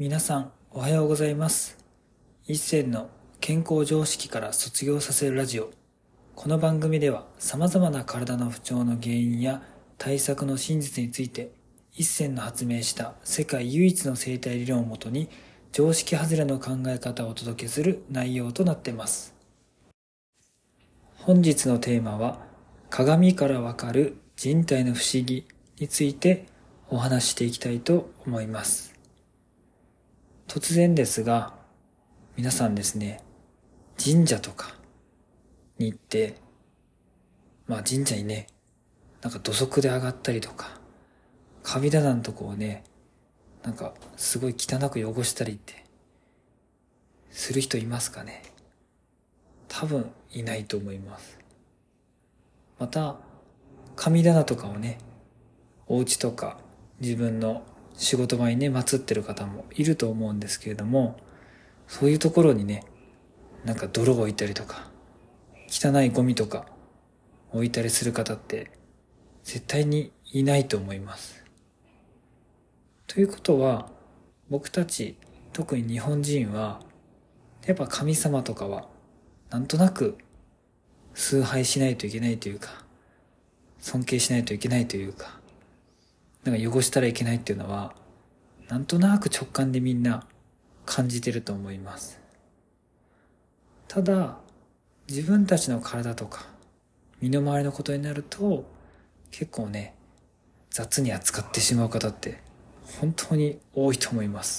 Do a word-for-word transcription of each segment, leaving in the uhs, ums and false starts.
皆さんおはようございます。一銭の健康常識から卒業させるラジオ。この番組では様々な体の不調の原因や対策の真実について、一銭の発明した世界唯一の生態理論をもとに常識外れの考え方をお届けする内容となっています。本日のテーマは、鏡からわかる人体の不思議についてお話ししていきたいと思います。突然ですが、皆さんですね、神社とかに行って、まあ神社にね、なんか土足で上がったりとか、神棚のとこをね、なんかすごい汚く汚したりってする人いますかね。多分いないと思います。また、神棚とかをね、お家とか自分の仕事場にね、祀ってる方もいると思うんですけれども、そういうところにね、なんか泥を置いたりとか、汚いゴミとか置いたりする方って絶対にいないと思います。ということは、僕たち、特に日本人は、やっぱ神様とかは、なんとなく崇拝しないといけないというか、尊敬しないといけないというか、なんか汚したらいけないっていうのは、なんとなく直感でみんな感じてると思います。ただ、自分たちの体とか、身の回りのことになると、結構ね、雑に扱ってしまう方って本当に多いと思います。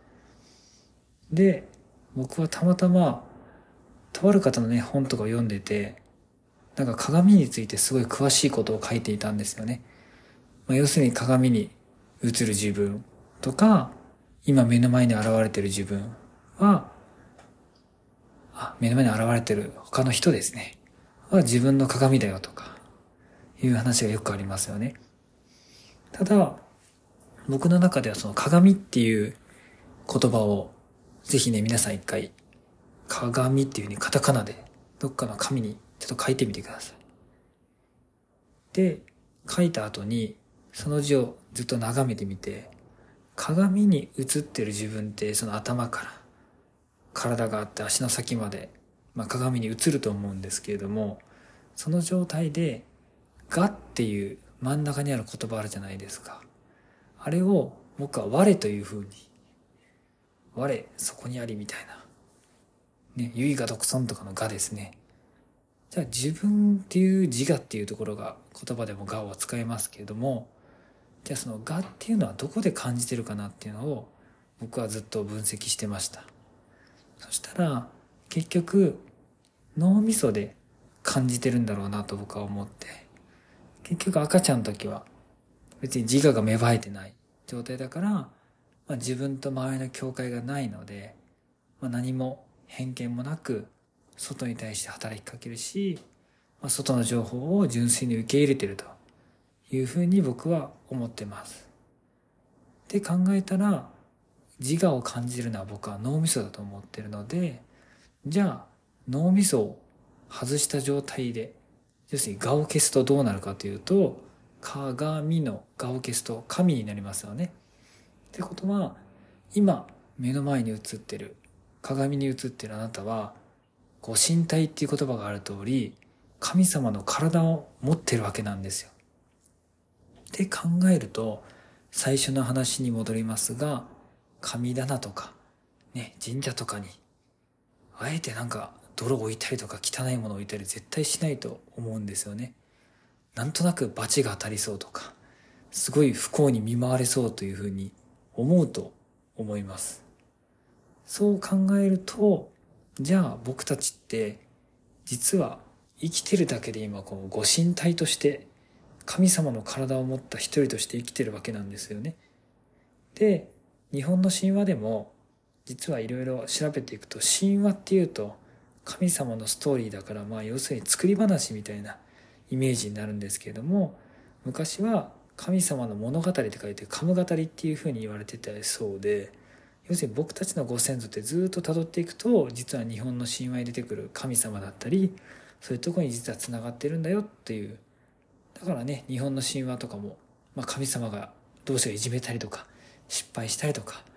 で、僕はたまたま、とある方のね、本とかを読んでて、なんか鏡についてすごい詳しいことを書いていたんですよね。まあ、要するに鏡に映る自分とか、今目の前に現れている自分は、あ、目の前に現れている他の人ですね。は自分の鏡だよとか、いう話がよくありますよね。ただ、僕の中ではその鏡っていう言葉を、ぜひね、皆さん一回、鏡っていうね、カタカナで、どっかの紙にちょっと書いてみてください。で、書いた後に、その字をずっと眺めてみて、鏡に映ってる自分ってその頭から体があって足の先まで、まあ、鏡に映ると思うんですけれども、その状態で我っていう真ん中にある言葉あるじゃないですか。あれを僕は我という風に、我そこにありみたいなね、唯我独尊とかの我ですね。じゃあ自分っていう自我っていうところが言葉でも我を使いますけれども、じゃあその我っていうのはどこで感じてるかなっていうのを僕はずっと分析してました。そしたら結局脳みそで感じてるんだろうなと僕は思って、結局赤ちゃんの時は別に自我が芽生えてない状態だから、まあ、自分と周りの境界がないので、まあ、何も偏見もなく外に対して働きかけるし、まあ、外の情報を純粋に受け入れてるというふうに僕は思ってます。で考えたら、自我を感じるのは僕は脳みそだと思ってるので、じゃあ脳みそを外した状態で、要するに我を消すとどうなるかというと、鏡の我を消すと神になりますよね。ってことは、今目の前に映ってる、鏡に映ってるあなたは、ご神体っていう言葉がある通り、神様の体を持ってるわけなんですよ。って考えると、最初の話に戻りますが、神棚とか、ね、神社とかに、あえてなんか泥を置いたりとか汚いものを置いたり絶対しないと思うんですよね。なんとなく罰が当たりそうとか、すごい不幸に見舞われそうというふうに思うと思います。そう考えると、じゃあ僕たちって実は生きてるだけで今こうご神体として神様の体を持った一人として生きてるわけなんですよね。で、日本の神話でも実はいろいろ調べていくと、神話っていうと神様のストーリーだから、まあ要するに作り話みたいなイメージになるんですけれども、昔は神様の物語って書いて神語りっていうふうに言われてたそうで、要するに僕たちのご先祖ってずっと辿っていくと、実は日本の神話に出てくる神様だったり、そういうところに実はつながってるんだよっていう。だからね、日本の神話とかも、まあ、神様が同士がいじめたりとか失敗したりとか、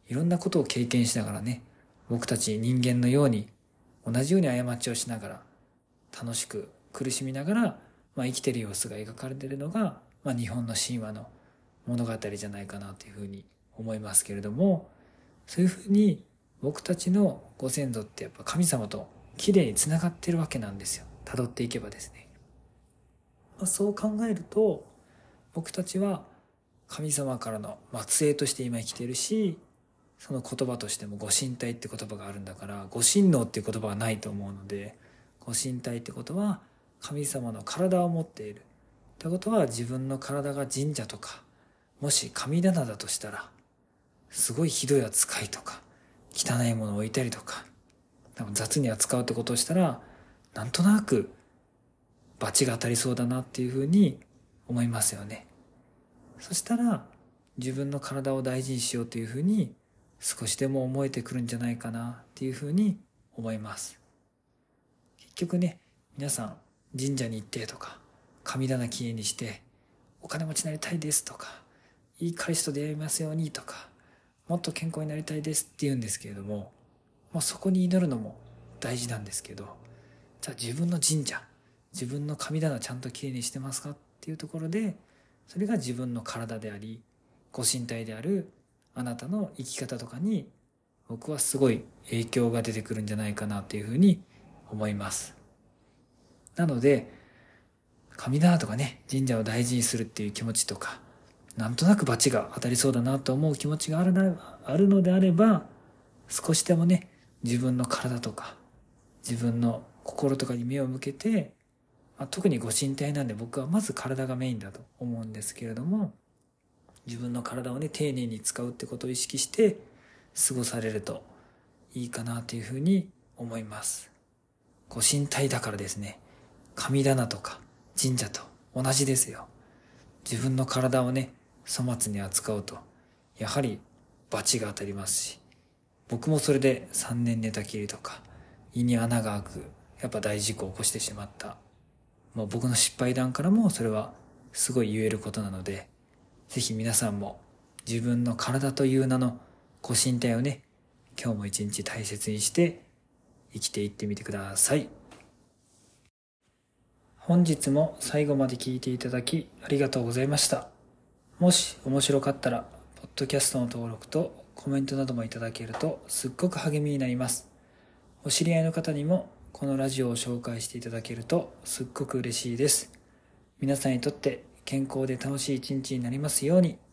いろんなことを経験しながらね、僕たち人間のように同じように過ちをしながら楽しく苦しみながら、まあ、生きている様子が描かれているのが、まあ、日本の神話の物語じゃないかなというふうに思いますけれども、そういうふうに僕たちのご先祖ってやっぱ神様ときれいにつながっているわけなんですよ。辿っていけばですね、まあ、そう考えると僕たちは神様からの末裔として今生きているし、その言葉としてもご神体って言葉があるんだから、ご神能っていう言葉はないと思うので、ご神体ってことは神様の体を持っているってことは、自分の体が神社とか、もし神棚だとしたらすごいひどい扱いとか汚いものを置いたりとか雑に扱うってことをしたら、なんとなく罰が当たりそうだなっていうふうに思いますよね。そしたら自分の体を大事にしようというふうに少しでも思えてくるんじゃないかなっていうふうに思います。結局ね、皆さん神社に行ってとか、神棚きれいにしてお金持ちになりたいですとか、いい彼氏と出会いますようにとか、もっと健康になりたいですって言うんですけれども、まあ、そこに祈るのも大事なんですけど、じゃあ自分の神社、自分の神棚ちゃんときれいにしてますかっていうところで、それが自分の体であり、ご身体であるあなたの生き方とかに、僕はすごい影響が出てくるんじゃないかなというふうに思います。なので神棚とかね、神社を大事にするっていう気持ちとか、なんとなく罰が当たりそうだなと思う気持ちがあるなあるのであれば、少しでもね、自分の体とか自分の心とかに目を向けて、まあ、特にご神体なんで僕はまず体がメインだと思うんですけれども、自分の体をね丁寧に使うってことを意識して過ごされるといいかなというふうに思います。ご神体だからですね、神棚とか神社と同じですよ。自分の体をね粗末に扱うとやはり罰が当たりますし、僕もそれでさんねん寝たきりとか胃に穴が開くやっぱ大事故を起こしてしまった、もう僕の失敗談からもそれはすごい言えることなので、ぜひ皆さんも自分の体という名のご神体をね、今日も一日大切にして生きていってみてください。本日も最後まで聞いていただきありがとうございました。もし面白かったらポッドキャストの登録とコメントなどもいただけるとすっごく励みになります。お知り合いの方にもこのラジオを紹介していただけるとすっごく嬉しいです。皆さんにとって健康で楽しい一日になりますように。